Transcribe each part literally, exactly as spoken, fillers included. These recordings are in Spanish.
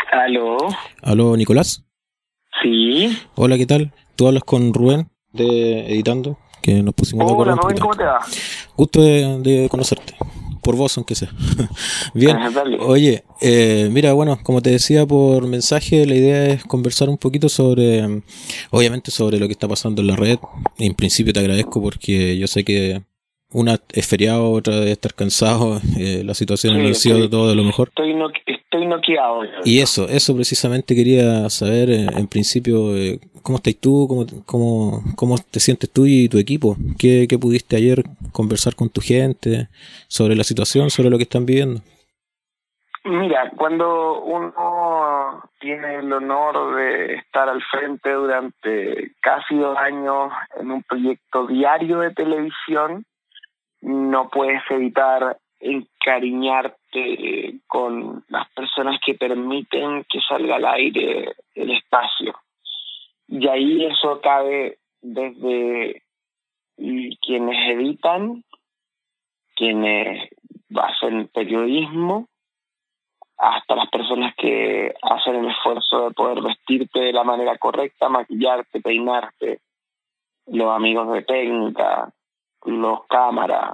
Aló. Aló, Nicolás. Sí. Hola, ¿qué tal? Tú hablas con Rubén de Editando, que nos pusimos de acuerdo Hola, un Rubén, poquito ¿cómo te va? antes. Gusto de, de conocerte, por vos aunque sea. Bien, Ah, dale. oye, eh, mira, bueno, como te decía por mensaje, la idea es conversar un poquito sobre, mm, obviamente sobre lo que está pasando en la red. En principio te agradezco porque yo sé que una es feriado, otra debe estar cansado, eh, las situaciones Sí, no han sido de estoy, todo de lo mejor. estoy, no, estoy noqueado. Y eso, eso precisamente quería saber, eh, en principio, eh, ¿cómo estás tú? ¿Cómo, cómo, cómo te sientes tú y tu equipo? ¿Qué, qué pudiste ayer conversar con tu gente sobre la situación, sobre lo que están viviendo? Mira, cuando uno tiene el honor de estar al frente durante casi dos años en un proyecto diario de televisión, no puedes evitar encariñarte con las personas que permiten que salga al aire el espacio. Y ahí eso cabe desde quienes editan, quienes hacen periodismo, hasta las personas que hacen el esfuerzo de poder vestirte de la manera correcta, maquillarte, peinarte, los amigos de técnica, los cámaras,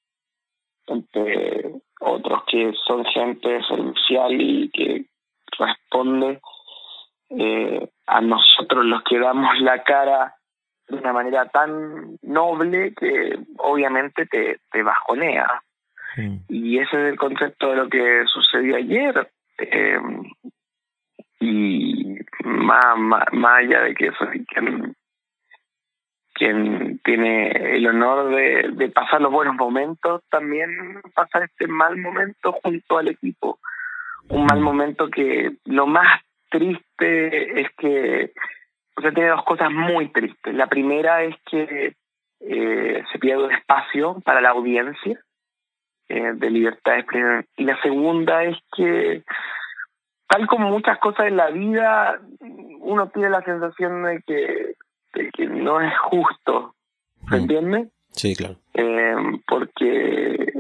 entre otros que son gente servicial y que responde eh, a nosotros los que damos la cara de una manera tan noble que obviamente te, te bajonea. Mm. Y ese es el concepto de lo que sucedió ayer. Eh, y más, más, más allá de que soy quien, quien tiene el honor de, de pasar los buenos momentos, también pasar este mal momento junto al equipo. Un mal momento que lo más triste es que, o sea, tiene dos cosas muy tristes. La primera es que eh, se pierde un espacio para la audiencia eh, de libertad de expresión. Y la segunda es que, tal como muchas cosas en la vida, uno tiene la sensación de que, de que no es justo. ¿Se entiende? Sí, claro. Eh, porque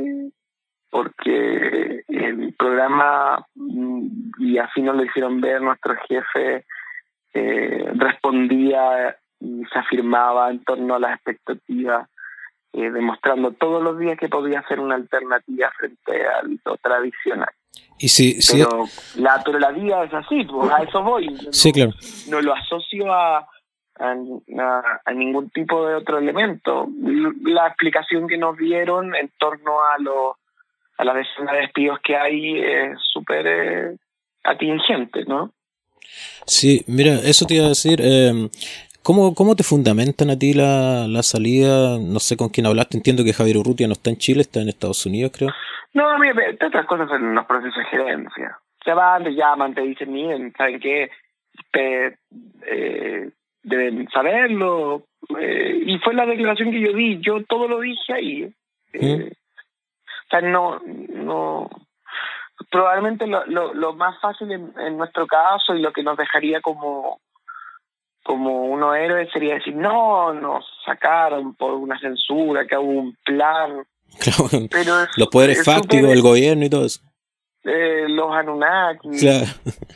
porque el programa, y así nos lo hicieron ver, nuestro jefe eh, respondía y se afirmaba en torno a las expectativas, eh, demostrando todos los días que podía ser una alternativa frente a lo tradicional. Y si, si pero, la, pero la vida es así, pues a eso voy. Sí, no, claro. No lo asocio a, a, a, a ningún tipo de otro elemento. La explicación que nos dieron en torno a los a la decena de despidos que hay es súper eh, atingente, ¿no? Sí, mira, eso te iba a decir, eh, ¿cómo, ¿cómo te fundamentan a ti la, la salida? No sé con quién hablaste, entiendo que Javier Urrutia no está en Chile, está en Estados Unidos, creo. No, mira, otras cosas en los procesos de gerencia. Se van, te llaman, te dicen, miren, ¿saben qué? Te, eh, deben saberlo. Eh, y fue la declaración que yo di, yo todo lo dije ahí. Eh, ¿Mm? O sea, no, no, probablemente lo, lo, lo más fácil en, en nuestro caso y lo que nos dejaría como, como unos héroes sería decir, no, nos sacaron por una censura, que hubo un plan. Claro, pero es, los poderes es fácticos super, del gobierno y todo eso. Eh, los Anunnaki. Claro.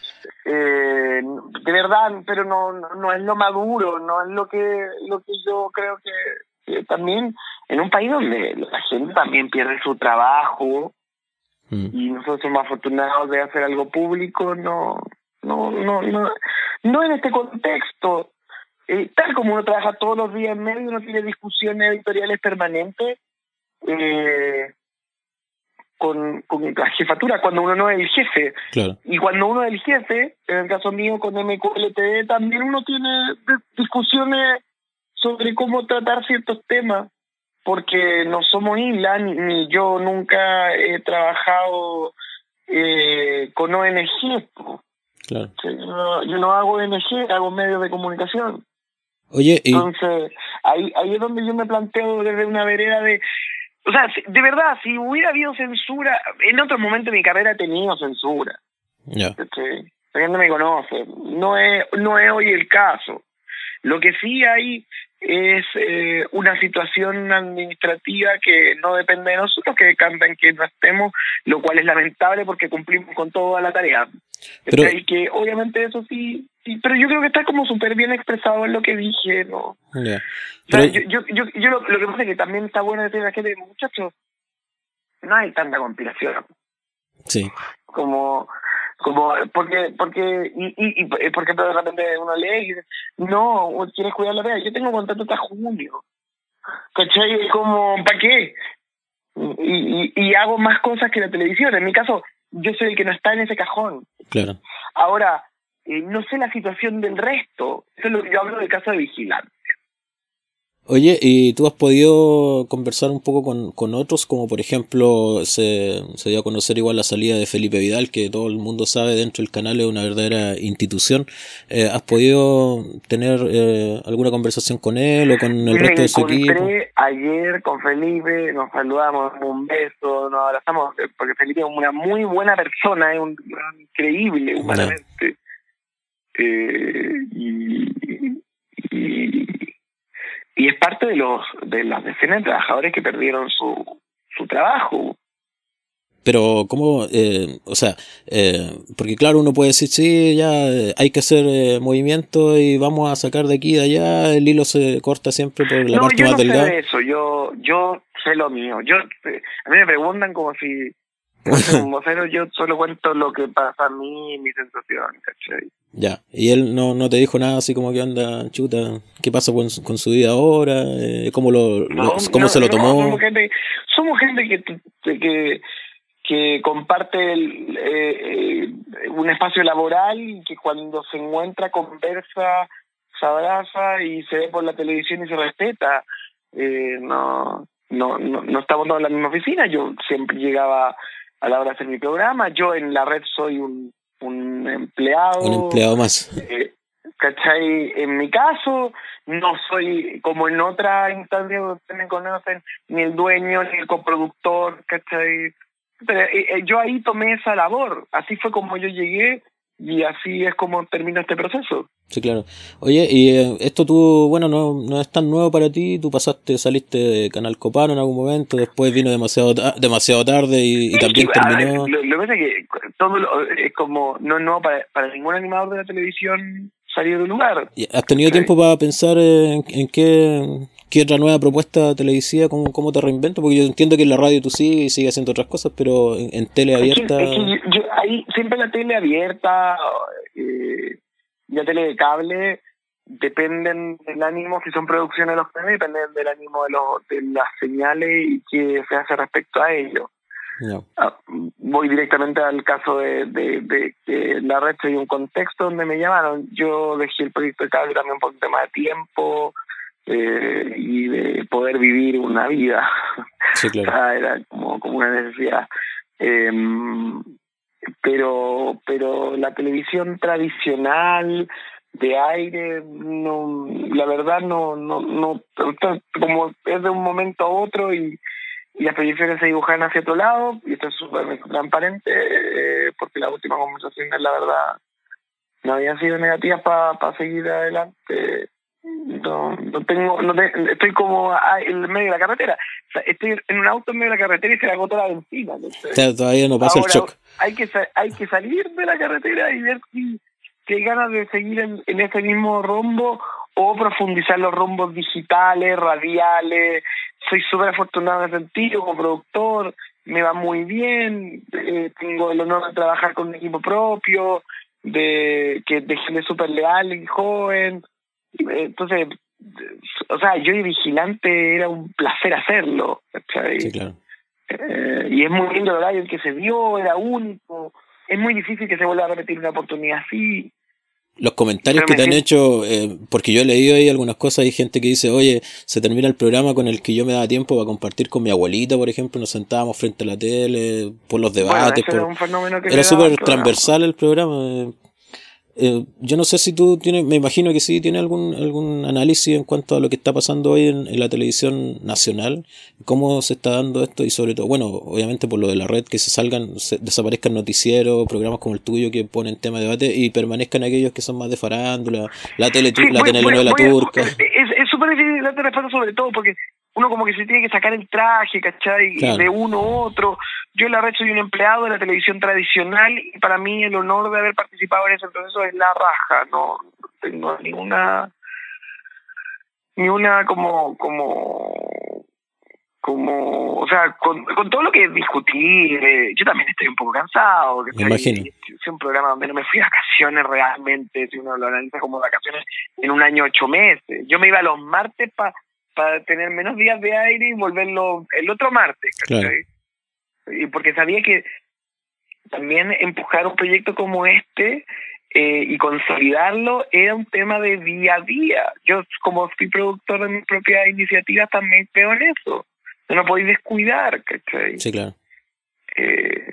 Eh, de verdad, pero no, no, no es lo maduro, no es lo que, lo que yo creo que, que también en un país donde la gente también pierde su trabajo mm. y nosotros somos afortunados de hacer algo público, no, no, no, no, no en este contexto. Eh, tal como uno trabaja todos los días en medio, uno tiene discusiones editoriales permanentes eh, con, con la jefatura cuando uno no es el jefe. Claro. Y cuando uno es el jefe, en el caso mío con M Q L T V, también uno tiene discusiones sobre cómo tratar ciertos temas, porque no somos isla, ni, ni yo nunca he trabajado eh, con O N G. Claro. O sea, yo, no, yo no hago O N G, hago medios de comunicación. Oye, y... Entonces, ahí, ahí es donde yo me planteo desde una vereda de... O sea, de verdad, si hubiera habido censura, en otro momento de mi carrera he tenido censura. Ya. Yeah. ¿Sí? La gente me conoce. No es, no es hoy el caso. Lo que sí hay es eh, una situación administrativa que no depende de nosotros, que cambia en que no estemos, lo cual es lamentable porque cumplimos con toda la tarea. Pero, y que obviamente eso sí, sí, pero yo creo que está como súper bien expresado en lo que dije, ¿no? Yeah. Pero, o sea, yo, yo, yo, yo, yo lo, lo que pasa es que también está bueno decir a la gente, muchachos, no hay tanta conspiración. Sí. Como... como porque porque y, y, y por ejemplo de repente uno lee y dice no, quieres cuidar la pega, yo tengo contrato hasta junio, ¿cachai? Como ¿para qué? Y, y, y hago más cosas que la televisión. En mi caso yo soy el que no está en ese cajón. Claro. Ahora eh, no sé la situación del resto, eso es lo que yo hablo del caso de vigilancia. Oye, ¿y tú has podido conversar un poco con, con otros? Como por ejemplo, se, se dio a conocer igual la salida de Felipe Vidal, que todo el mundo sabe dentro del canal es una verdadera institución. Eh, ¿Has podido tener eh, alguna conversación con él o con el Me resto de su equipo? Me encontré ayer con Felipe, nos saludamos, un beso, nos abrazamos, porque Felipe es una muy buena persona, es un, un increíble humanamente. No. Eh, y, y Y es parte de los de las decenas de trabajadores que perdieron su, su trabajo. Pero, ¿cómo? Eh, o sea, eh, porque claro, uno puede decir, sí, ya eh, hay que hacer eh, movimiento y vamos a sacar de aquí y de allá, el hilo se corta siempre por la no, parte yo más no delgada. sé de eso, yo, yo sé lo mío. Yo A mí me preguntan como si... Como vocero yo solo cuento lo que pasa a mí y mi sensación, ¿cachai? Ya, y él no, no te dijo nada así como que anda, chuta, ¿qué pasa con, con su vida ahora? Eh, ¿Cómo, lo, No, lo, cómo no, se lo no, tomó? somos gente, somos gente que, que, que comparte el, eh, un espacio laboral y que cuando se encuentra, conversa, se abraza y se ve por la televisión y se respeta. Eh, no, no, no, no estamos todos en la misma oficina, yo siempre llegaba a la hora de hacer mi programa, yo en la red soy un, un empleado. Un empleado más. Eh, ¿Cachai? En mi caso, no soy como en otra instancia donde ustedes me conocen, ni el dueño, ni el coproductor, ¿cachai? Pero eh, yo ahí tomé esa labor, así fue como yo llegué y así es como termina este proceso. Sí, claro. Oye, y eh, esto tú, bueno, no, no es tan nuevo para ti, tú pasaste, saliste de Canal Copano en algún momento, después vino demasiado ta- demasiado tarde y, y también sí, terminó... Ver, lo, lo que pasa es que todo lo, es como, no, no, para, para ningún animador de la televisión salir del lugar. ¿Has tenido ¿Sí? tiempo para pensar en, en qué, qué otra nueva propuesta televisiva, cómo, cómo te reinvento? Porque yo entiendo que en la radio tú sigues y sigues haciendo otras cosas, pero en, en tele abierta... Es que, es que yo, yo, ahí siempre la tele abierta, eh, la tele de cable, dependen del ánimo, si son producciones de los canales, dependen del ánimo de, los, de las señales y qué se hace respecto a ello. No. Ah, voy directamente al caso de, de, de que la red se dio un contexto donde me llamaron. Yo dejé el proyecto de cable también por un tema de tiempo eh, y de poder vivir una vida. Sí, claro. O sea, era como, como una necesidad. Eh, pero, pero la televisión tradicional de aire, no, la verdad no, no, no, como es de un momento a otro y y las proyecciones se dibujan hacia otro lado, y esto es súper transparente, eh, porque las últimas conversaciones, la verdad, no habían sido negativas para pa seguir adelante. No, no tengo, no te, estoy como ah, en medio de la carretera. O sea, estoy en un auto en medio de la carretera y se le agotó la benzina. ¿No? O sea, todavía no pasa. Ahora, el shock. Hay que, hay que salir de la carretera y ver si, si hay ganas de seguir en, en ese mismo rumbo o profundizar los rumbos digitales, radiales. Soy súper afortunado en ese sentido, como productor, me va muy bien, eh, tengo el honor de trabajar con un equipo propio, de que de gente súper leal y joven. Entonces, o sea, yo y Vigilante era un placer hacerlo, ¿sabes? Sí, claro. Eh, y es muy lindo el horario en que se dio, era único, es muy difícil que se vuelva a repetir una oportunidad así. Los comentarios que te han hecho, eh, porque yo he leído ahí algunas cosas, hay gente que dice, oye, se termina el programa con el que yo me daba tiempo para compartir con mi abuelita, por ejemplo, nos sentábamos frente a la tele, por los debates, bueno, por... era súper transversal el programa. Eh, yo no sé si tú tienes, me imagino que sí, tienes algún algún análisis en cuanto a lo que está pasando hoy en, en la televisión nacional, cómo se está dando esto y sobre todo, bueno, obviamente por lo de la red, que se salgan, se desaparezcan noticieros, programas como el tuyo que ponen tema de debate y permanezcan aquellos que son más de farándula, la tele, sí, la telenovela turca. Es es súper más difícil darte respuesta sobre todo porque uno como que se tiene que sacar el traje, ¿cachai? Claro. De uno u otro. Yo en la red soy un empleado de la televisión tradicional y para mí el honor de haber participado en ese proceso es la raja. No tengo ninguna... Ni una como... como como, o sea, con, con todo lo que discutí, eh, yo también estoy un poco cansado. Me imagino. Es un programa donde no me fui a vacaciones realmente, si uno lo analiza como vacaciones en un año ocho meses. Yo me iba los martes para pa tener menos días de aire y volverlo el otro martes, claro. Y porque sabía que también empujar un proyecto como este eh, y consolidarlo era un tema de día a día. Yo, como fui productor de mi propia iniciativa, también creo en eso. No podéis descuidar, ¿cachai? Sí, claro. Eh,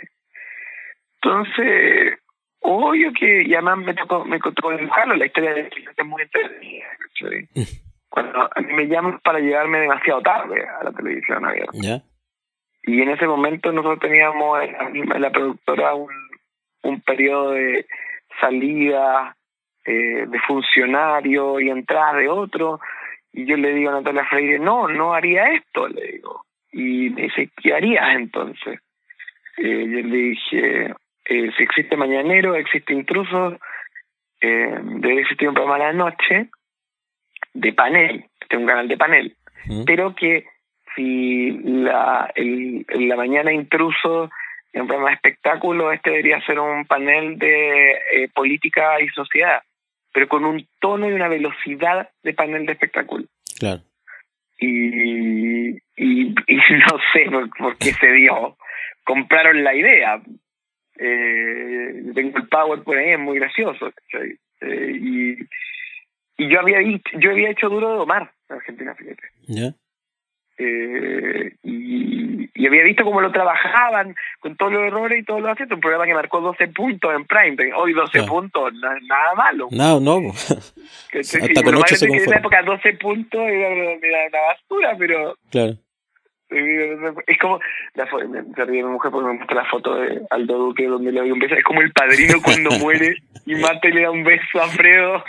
entonces, obvio que, y además me tocó, me tocó dibujarlo, la historia de es muy entretenida, ¿cachai? Cuando a mí me llaman para llevarme demasiado tarde a la televisión abierta. ¿Ya? Y en ese momento nosotros teníamos en la, en la productora un, un periodo de salida eh, de funcionario y entrada de otro. Y yo le digo a Natalia Freire, no, no haría esto, le digo. Y me dice, ¿qué harías entonces? Eh, yo le dije, eh, si existe Mañanero, existe Intrusos, eh, debe existir un programa a la noche de panel, este es un canal de panel, ¿Mm? Pero que si la, el, la mañana Intrusos es un programa de espectáculo, este debería ser un panel de eh, política y sociedad, pero con un tono y una velocidad de panel de espectáculo. Claro. Y, y, y no sé por, por qué se dio. Compraron la idea. Eh, tengo el PowerPoint por ahí, es muy gracioso. Eh, y, y yo había dicho, yo había hecho Duro de Domar en Argentina, fíjate. ¿Ya? Eh, y, y había visto cómo lo trabajaban con todos los errores y todos los aciertos. Un programa que marcó doce puntos en Prime. Hoy doce claro. puntos, na, nada malo. No, no. Que, Hasta sí, con ocho se que en esa conforma. época doce puntos era, era una basura, pero... Claro. Es como... La, se ríe mi mujer porque me muestra la foto de Aldo Duque donde le doy un beso. Es como el padrino cuando muere y mata y le da un beso a Fredo.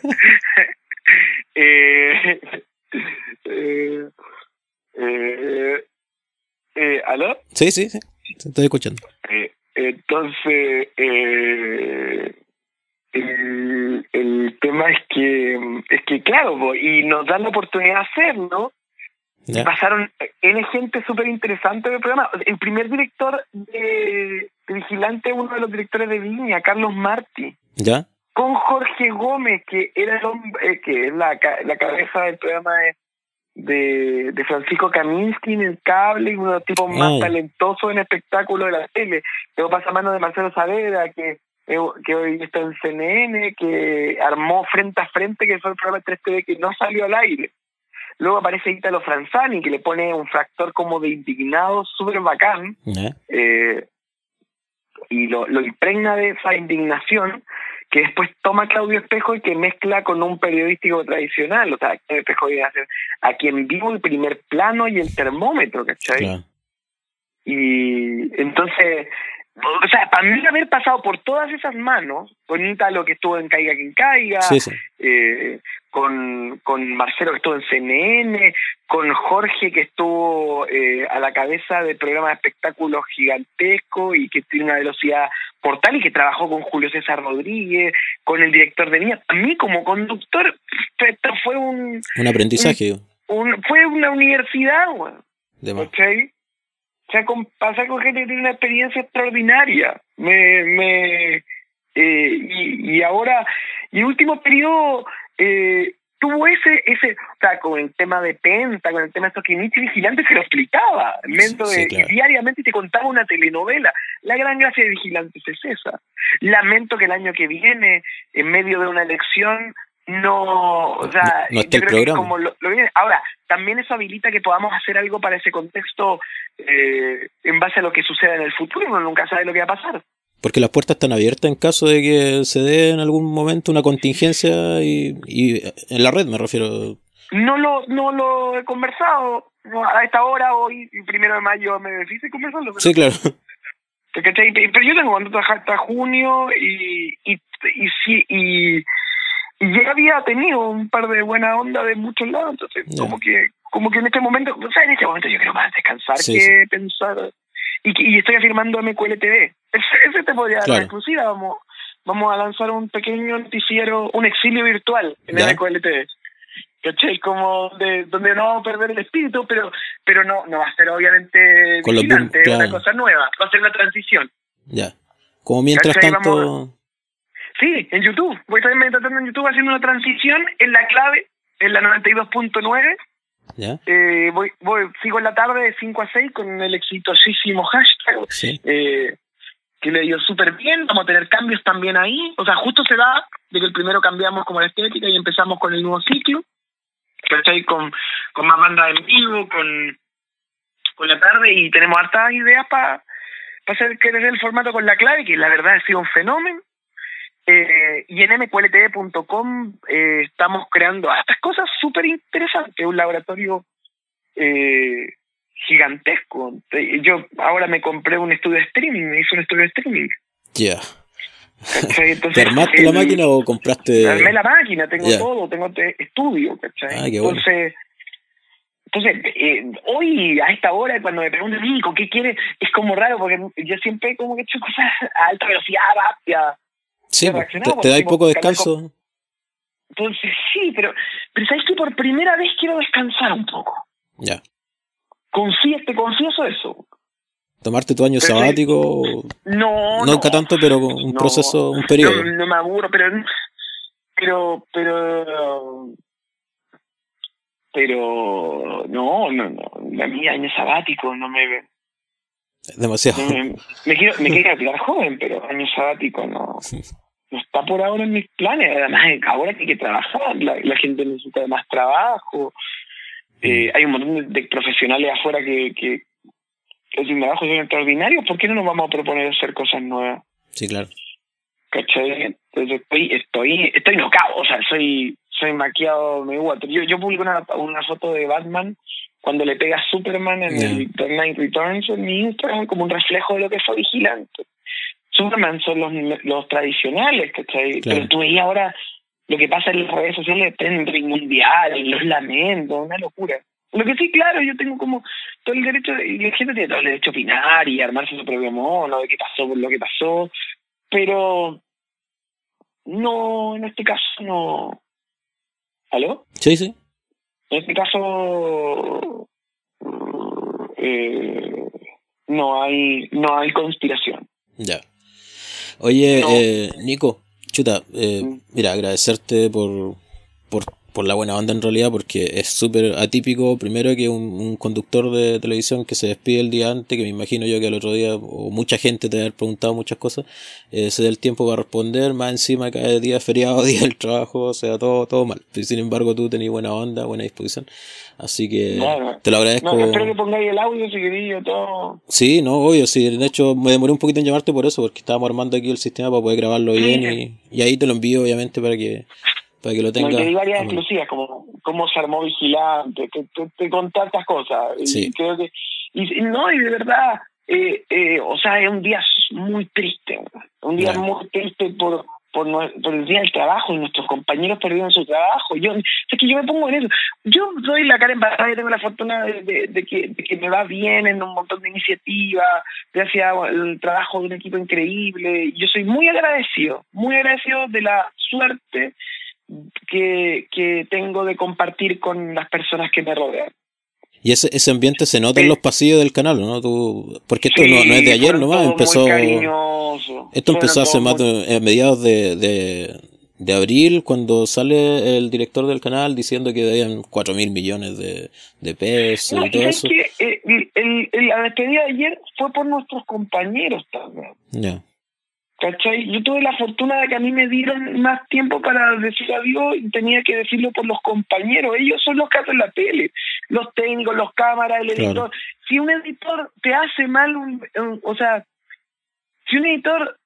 eh... eh Eh, eh, ¿Aló? Sí, sí, sí, te estoy escuchando. Eh, entonces, eh, el, el tema es que, es que claro, y nos dan la oportunidad de hacerlo. Y pasaron N gente súper interesante del programa. El primer director de, de Vigilante, uno de los directores de Viña, Carlos Martí. ¿Ya? Con Jorge Gómez, que era el hombre, eh, que es la, la cabeza del programa de De, de Francisco Kaminsky en el cable, y uno de los tipos más oh. talentosos en espectáculo de la tele. Luego pasa a manos de Marcelo Saavedra, que, que hoy está en C N N, que armó Frente a Frente, que fue el programa de tres T V que no salió al aire. Luego aparece Italo Franzani, que le pone un factor como de indignado súper bacán, uh-huh. eh, y lo, lo impregna de esa indignación, que después toma Claudio Espejo y que mezcla con un periodístico tradicional. O sea, Claudio Espejo viene a hacer a quien vivo el primer plano y el termómetro, ¿cachai? Claro. Y entonces, o sea, para mí haber pasado por todas esas manos, con Ítalo que estuvo en Caiga Quien Caiga, sí, sí. Eh, con, con Marcelo que estuvo en C N N, con Jorge que estuvo eh, a la cabeza del programa de espectáculos gigantesco y que tiene una velocidad portal y que trabajó con Julio César Rodríguez, con el director de Niña. A mí como conductor esto fue un... Un aprendizaje. Un, un, fue una universidad, bueno, ¿ok? O sea, con, pasar con gente que tiene una experiencia extraordinaria. Me... me eh, y, y ahora... Y el último periodo... Eh, tuvo ese, ese, o sea, con el tema de Penta, con el tema de esto que Nietzsche Vigilante se lo explicaba, sí, de, sí, claro. diariamente te contaba una telenovela. La gran gracia de Vigilantes es esa. Lamento que el año que viene, en medio de una elección, no, o sea, no, no está yo el creo programa. que como lo, lo viene. Ahora, también eso habilita que podamos hacer algo para ese contexto eh, en base a lo que suceda en el futuro. Uno nunca sabe lo que va a pasar. Porque las puertas están abiertas en caso de que se dé en algún momento una contingencia y, y en la red me refiero. No lo no lo he conversado a esta hora, hoy, primero de mayo, me difícil conversarlo. Pero, sí, claro. ¿cachai? Pero yo tengo contrato hasta junio y y y, sí, y y ya había tenido un par de buena onda de muchos lados, entonces yeah. como que como que en este momento, o sea, en este momento yo quiero más descansar sí, que sí. pensar, y, y estoy afirmando M Q L T V, ese, ese te podría dar claro. la exclusiva, vamos, vamos a lanzar un pequeño noticiero, un exilio virtual en yeah. M Q L T V, ¿cachai? Como de, donde no vamos a perder el espíritu, pero pero no no va a ser obviamente con vigilante, claro. es una cosa nueva, va a ser una transición. Ya, yeah. como mientras ¿cachai? tanto... Vamos, sí, en YouTube. Voy a estar meditando en YouTube haciendo una transición en la clave, en la noventa y dos punto nueve. ¿Ya? Eh, voy, voy, sigo en la tarde de cinco a seis con el exitosísimo hashtag. Sí. Eh, que le dio súper bien. Vamos a tener cambios también ahí. O sea, justo se da de que el primero cambiamos como la estética y empezamos con el nuevo ciclo. ¿Cachai? Con, con más bandas en vivo, con, con la tarde, y tenemos hartas ideas para pa hacer crecer el formato con la clave, que la verdad ha sido un fenómeno. Eh, y en m q l t v punto com eh, estamos creando estas cosas súper interesantes, un laboratorio eh, gigantesco. Yo ahora me compré un estudio de streaming, me hice un estudio de streaming. Ya. Yeah. ¿Te armaste el, la máquina o compraste...? Armé la máquina, tengo yeah. todo, tengo te, estudio, ¿cachai? Ah, qué bueno. Entonces... Entonces, eh, hoy, a esta hora, cuando me preguntan, Nico, ¿qué quieres? Es como raro, porque yo siempre como que he hecho cosas a alta velocidad, rápida. Sí, te, te da poco descanso. Entonces, sí, pero, pero ¿sabes que por primera vez quiero descansar un poco? Ya. Confío, te confieso eso. ¿Tomarte tu año pero sabático? No, no. Nunca tanto, pero un no, proceso, un periodo. No, no me aburro, pero... Pero, pero... Pero... No, no, no. A mí año sabático no me... Demasiado. No me, me quiero me quiero quedar joven, pero año sabático no... No está por ahora en mis planes. Además, ahora hay que trabajar, la, la gente necesita más trabajo. Eh, hay un montón de, de profesionales afuera que, que, que sin trabajo son extraordinarios. ¿Por qué no nos vamos a proponer hacer cosas nuevas? Sí, claro. ¿Cachai? Entonces estoy, estoy, estoy nocao, o sea, soy, soy maquiado, me guato. Yo, yo publico una, una foto de Batman cuando le pega a Superman en yeah. el Dark Knight Returns en mi Instagram, como un reflejo de lo que fue Vigilante. Superman son los, los tradicionales, ¿cachai? Claro. Pero tú veías ahora lo que pasa en las redes sociales, trending mundial, los lamentos, una locura. Lo que sí, claro, yo tengo como todo el derecho, y la gente tiene todo el derecho a opinar y armarse su propio mono de qué pasó por lo que pasó, pero no, en este caso no. ¿Aló? Sí, sí. En este caso eh, no hay no hay conspiración. Ya. Oye, no. eh, Nico, chuta, eh, mira, agradecerte por, por, por la buena onda en realidad, porque es súper atípico, primero, que un, un conductor de televisión que se despide el día antes, que me imagino yo que al otro día, o mucha gente te ha preguntado muchas cosas, eh, se dé el tiempo para responder, más encima cada día feriado, día del trabajo, o sea, todo, todo mal. Sin embargo, tú tenés buena onda, buena disposición. Así que no, te lo agradezco. No, espero que pongáis el audio, si queréis, todo. Sí, no, obvio, sí. De hecho, me demoré un poquito en llamarte por eso, porque estábamos armando aquí el sistema para poder grabarlo bien y, y ahí te lo envío, obviamente, para que para que lo tengas. No, y te di varias exclusivas, como cómo se armó Vigilante, que te, te conté tantas cosas. Sí. Y creo que, y, no, y de verdad, eh, eh, o sea, es un día muy triste, un día yeah. muy triste por... Por, por el día del trabajo, y nuestros compañeros perdieron su trabajo. Yo, es que yo me pongo en eso. Yo doy la cara en batalla, tengo la fortuna de, de, de, que, de que me va bien en un montón de iniciativas, gracias al trabajo de un equipo increíble. Yo soy muy agradecido, muy agradecido de la suerte que, que tengo de compartir con las personas que me rodean. Y ese ese ambiente se nota en los pasillos del canal, ¿no? Tú, porque esto sí, no, no es de ayer nomás, empezó esto empezó hace más de, a mediados de, de, de abril, cuando sale el director del canal diciendo que debían cuatro mil millones de, de pesos no, y todo y eso. Que, eh, el, el, la despedida de ayer fue por nuestros compañeros también. Ya. Yeah. ¿Cachai? Yo tuve la fortuna de que a mí me dieron más tiempo para decir adiós y tenía que decirlo por los compañeros. Ellos son los que hacen la tele, los técnicos, los cámaras, el editor. Claro. Si un editor te hace mal, un, un, o sea, si un editor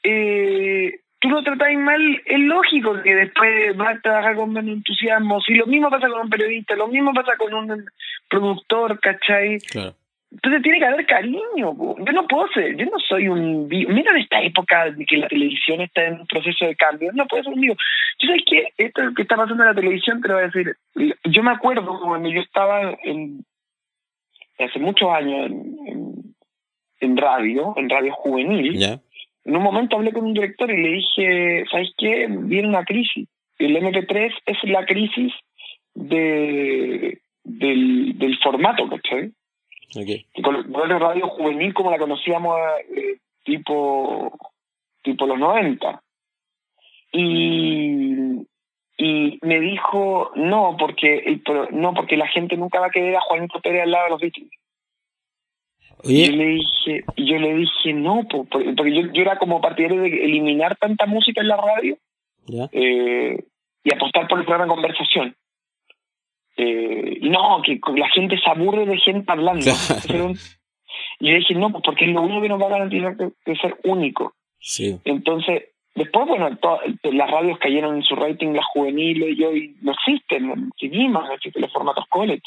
eh, tú lo tratas mal, es lógico que después vas a trabajar con menos entusiasmo. Si lo mismo pasa con un periodista, lo mismo pasa con un productor, ¿cachai? Claro. Entonces tiene que haber cariño. Po. Yo no puedo ser, yo no soy un vivo. Mira en esta época de que la televisión está en un proceso de cambio, no puedo ser un vivo. Yo sé que esto que está pasando en la televisión, te lo voy a decir. Yo me acuerdo cuando yo estaba en hace muchos años en, en, en radio, en radio juvenil. ¿Ya? En un momento hablé con un director y le dije, ¿sabes qué? Viene una crisis. El eme pe tres es la crisis de del, del formato, ¿cachai? Okay. Con la radio juvenil como la conocíamos eh, tipo tipo los noventa. Y y me dijo, no, porque el, no porque la gente nunca va a querer a Juanito Pérez al lado de los Beatles. Oye. Yo le dije, yo le dije no, porque yo, yo era como partidario de eliminar tanta música en la radio. ¿Ya? Eh, y apostar por el programa de conversación. Eh, no, que la gente se aburre de gente hablando. Claro. Y yo dije, no, pues porque es lo único que nos va a garantizar de, de ser único. Sí. Entonces, después, bueno, to, las radios cayeron en su rating, las juveniles, y hoy no existen, no más, no existen los formatos college.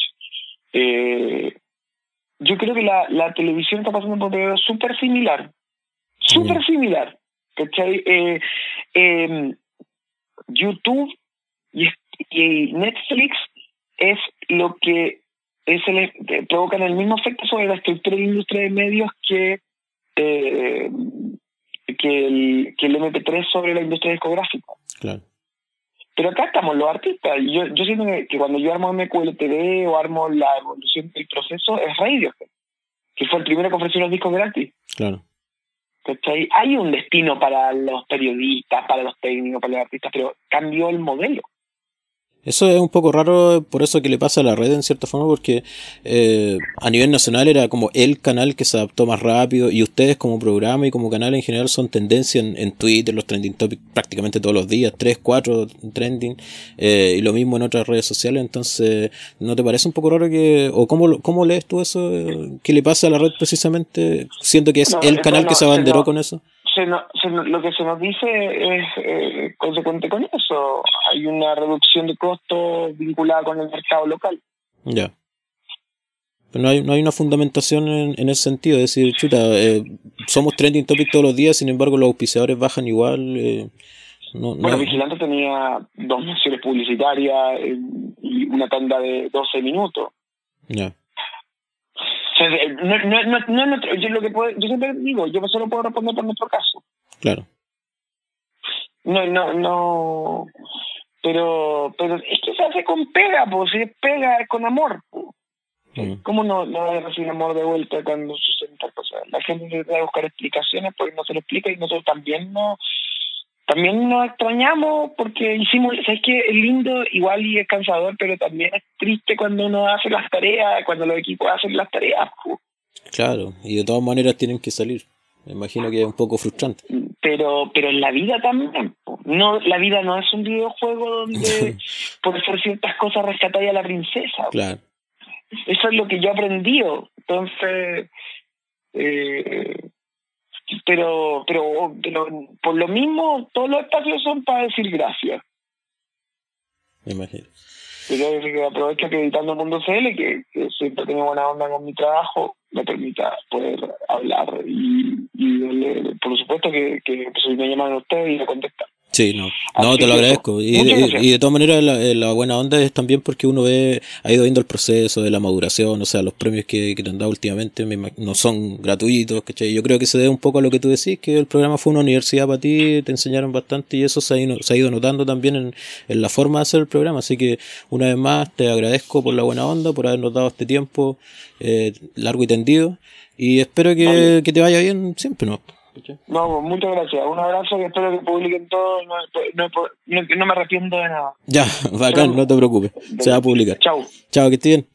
Eh, yo creo que la, la televisión está pasando por un periodo súper similar. Súper mm. similar. ¿Cachai? Eh, eh, YouTube y, y Netflix es lo que es el, que provocan el mismo efecto sobre la estructura de la industria de medios que eh, que el que el eme pe tres sobre la industria discográfica. Claro. Pero acá estamos los artistas. Yo, yo siento que, que cuando yo armo eme cu ele te ve o armo la evolución del proceso es Radiohead, que fue el primero que ofreció los discos gratis. Claro. ¿Cachai? Hay un destino para los periodistas, para los técnicos, para los artistas, pero cambió el modelo. Eso es un poco raro, por eso que le pasa a la red en cierta forma, porque eh, a nivel nacional era como el canal que se adaptó más rápido, y ustedes como programa y como canal en general son tendencia en, en Twitter, los trending topics prácticamente todos los días, tres, cuatro trending, eh, y lo mismo en otras redes sociales. Entonces, ¿no te parece un poco raro que, o cómo, cómo lees tú eso, eh, que le pasa a la red precisamente, siendo que es no, el canal no, que se abanderó no. con eso? Se no, se no, lo que se nos dice es eh, consecuente con eso. Hay una reducción de costos vinculada con el mercado local. Ya. Pero no hay, no hay una fundamentación en, en ese sentido. Es decir, chuta, eh, somos trending topic todos los días, sin embargo los auspiciadores bajan igual. Eh, no, bueno, no. Vigilante tenía dos menciones publicitarias eh, y una tanda de doce minutos. Ya. No, no, no, no, no, yo lo que puedo, yo siempre digo, yo solo puedo responder por nuestro caso. Claro. No, no, no, pero, pero es que se hace con pega, pues, si es pega es con amor. Mm. ¿Cómo no, no va a recibir amor de vuelta cuando suceden estas cosas? La gente necesita buscar explicaciones porque no se lo explica y nosotros también no, también nos extrañamos porque hicimos, ¿sabes qué? Es lindo, igual y es cansador, pero también es triste cuando uno hace las tareas, cuando los equipos hacen las tareas. Claro, y de todas maneras tienen que salir. Me imagino que es un poco frustrante. Pero pero en la vida también. No, la vida no es un videojuego donde por hacer ciertas cosas rescatáis a la princesa. Claro. Eso es lo que yo he aprendido. Entonces... Eh, Pero, pero pero por lo mismo todos los espacios son para decir gracias. Me imagino. Pero que aprovecho que Editando Mundo ce ele, que, que siempre tengo buena onda con mi trabajo, me permita poder hablar y, y por supuesto que, que pues, me llaman a ustedes y le contestan. Sí, no, no te lo agradezco. Y, y, y de todas maneras la, la buena onda es también porque uno ve, ha ido viendo el proceso de la maduración, o sea, los premios que, que te han dado últimamente me, no son gratuitos, ¿cachai? Yo creo que se debe un poco a lo que tú decís, que el programa fue una universidad para ti, te enseñaron bastante y eso se ha ido, se ha ido notando también en, en la forma de hacer el programa. Así que una vez más te agradezco por la buena onda, por habernos dado este tiempo eh, largo y tendido, y espero que, vale. que te vaya bien siempre, ¿no? No, muchas gracias. Un abrazo y espero que publiquen todo. No, no, no, no me arrepiento de nada. Ya, bacán, no te preocupes. Se va a publicar. Chao. Chao, que estés bien.